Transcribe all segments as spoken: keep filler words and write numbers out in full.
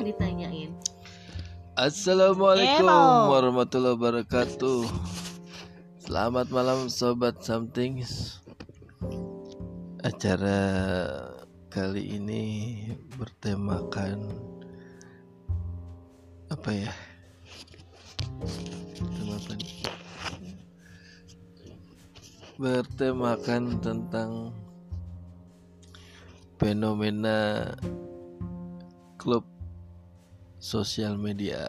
ditanyain. Assalamualaikum Emo. warahmatullahi wabarakatuh. Selamat malam sobat something. Acara kali ini bertemakan apa ya? Tema apa nih? Bertemakan tentang fenomena klub sosial media.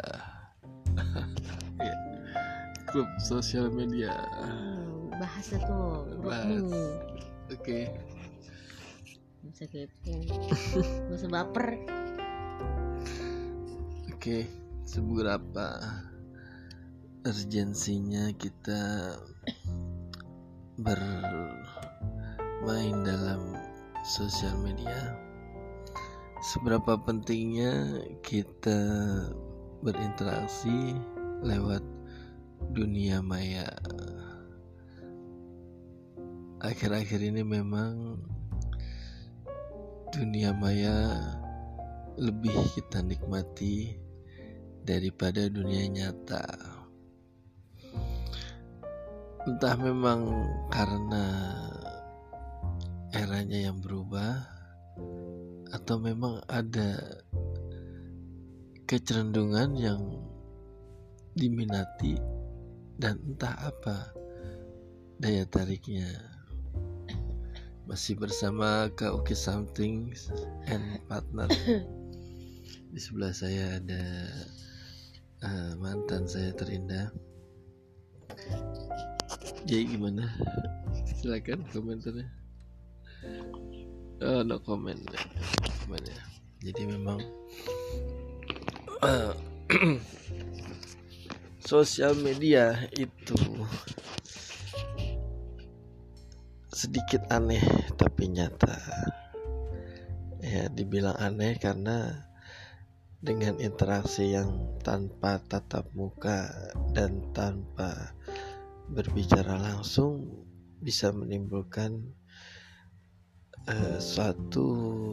Klub sosial media. Hmm, bahas tuh Bahas. grupmu. Oke. Okay. Bisa kepo. Gak usah baper. Oke, okay. Seberapa urgensinya kita bermain dalam sosial media? Seberapa pentingnya kita berinteraksi lewat dunia maya? Akhir-akhir ini memang dunia maya lebih kita nikmati daripada dunia nyata. Entah memang karena eranya yang berubah, atau memang ada kecenderungan yang diminati, dan entah apa daya tariknya. Masih bersama Kak Uki Something and partner. Di sebelah saya ada uh, mantan saya terindah. Jadi gimana? Silakan komentarnya. Oh, no comment. Gimana? Jadi memang uh, sosial media itu sedikit aneh tapi nyata. Ya, dibilang aneh karena dengan interaksi yang tanpa tatap muka dan tanpa berbicara langsung bisa menimbulkan uh, suatu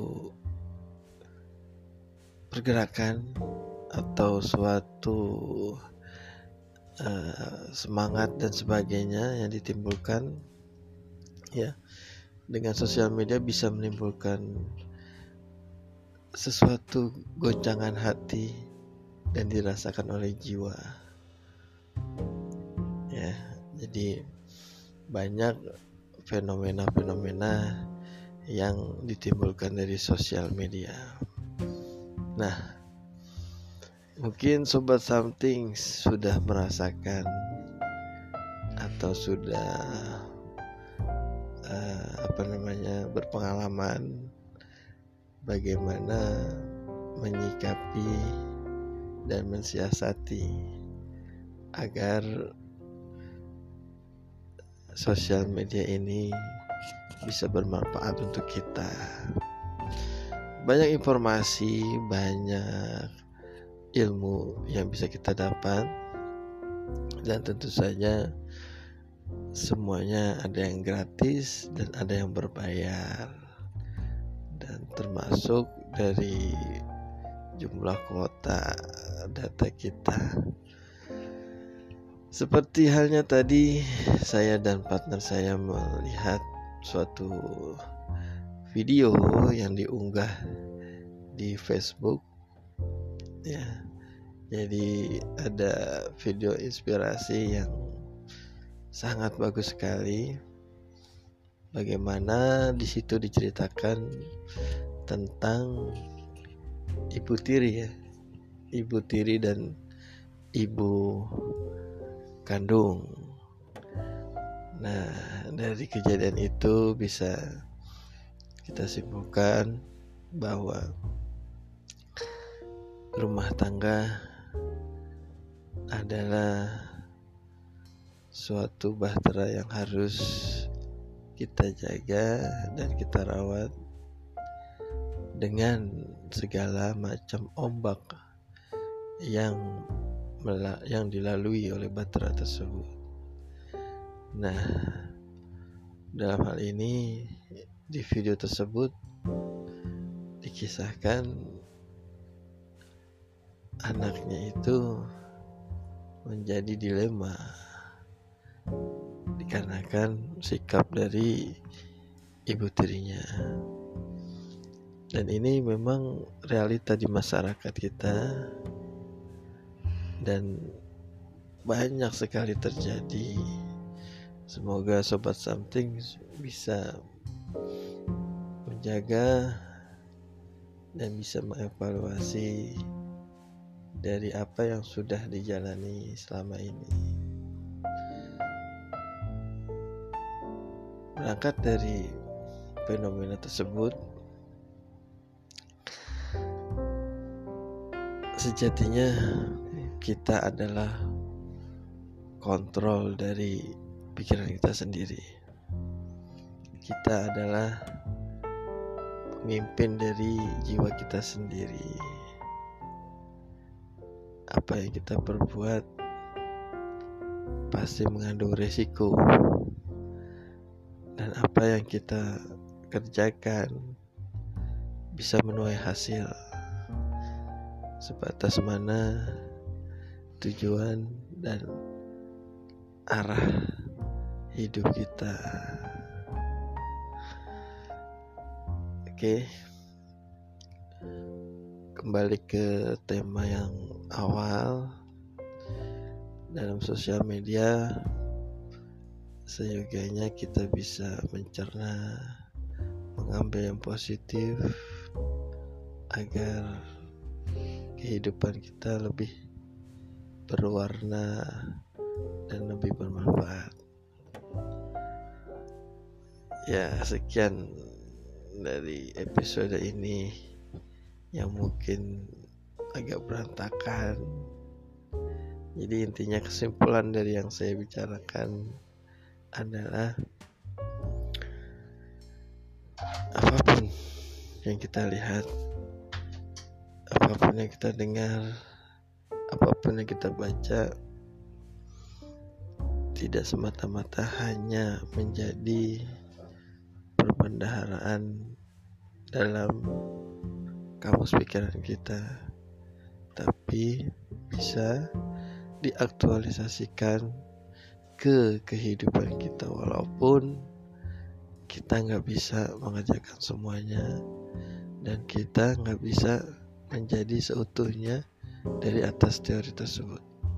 pergerakan atau suatu uh, semangat dan sebagainya yang ditimbulkan. Ya, dengan sosial media bisa menimbulkan sesuatu goncangan hati dan dirasakan oleh jiwa. Ya, jadi banyak fenomena-fenomena yang ditimbulkan dari sosial media. Nah, mungkin sobat something sudah merasakan atau sudah uh, apa namanya berpengalaman bagaimana menyikapi dan mensiasati agar sosial media ini bisa bermanfaat untuk kita. Banyak informasi, banyak ilmu yang bisa kita dapat, dan tentu saja semuanya ada yang gratis dan ada yang berbayar, dan termasuk dari jumlah kuota data kita. Seperti halnya tadi saya dan partner saya melihat suatu video yang diunggah di Facebook. Ya, jadi ada video inspirasi yang sangat bagus sekali. Bagaimana di situ diceritakan tentang ibu tiri ya, ibu tiri dan ibu kandung. Nah, dari kejadian itu bisa kita simpulkan bahwa rumah tangga adalah suatu bahtera yang harus kita jaga dan kita rawat dengan segala macam ombak yang yang dilalui oleh bahtera tersebut. Nah, dalam hal ini di video tersebut dikisahkan anaknya itu menjadi dilema dikarenakan sikap dari ibu tirinya. Dan ini memang realita di masyarakat kita dan banyak sekali terjadi. Semoga Sobat Something bisa menjaga dan bisa mengevaluasi dari apa yang sudah dijalani selama ini. Berangkat dari fenomena tersebut, sejatinya kita adalah kontrol dari pikiran kita sendiri. Kita adalah pemimpin dari jiwa kita sendiri. Apa yang kita perbuat pasti mengandung resiko, dan apa yang kita kerjakan bisa menuai hasil. Sebatas mana tujuan dan arah hidup kita. Oke, kembali ke tema yang awal. Dalam sosial media, seyogianya kita bisa mencerna, mengambil yang positif agar kehidupan kita lebih berwarna dan lebih bermanfaat. Ya, sekian dari episode ini yang mungkin agak berantakan. Jadi intinya, kesimpulan dari yang saya bicarakan adalah apapun yang kita lihat, apapun yang kita dengar, apapun yang kita baca, tidak semata-mata hanya menjadi perbendaharaan dalam kamus pikiran kita, tapi bisa diaktualisasikan ke kehidupan kita. Walaupun kita nggak bisa mengerjakan semuanya dan kita nggak bisa menjadi seutuhnya dari atas teori tersebut.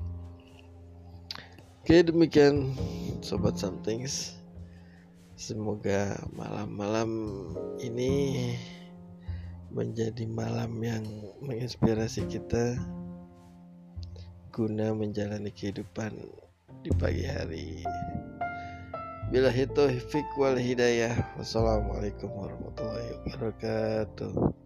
Oke, demikian Sobat Somethings. Semoga malam-malam ini menjadi malam yang menginspirasi kita guna menjalani kehidupan di pagi hari. Billahi taufiq wal hidayah. Wassalamualaikum warahmatullahi wabarakatuh.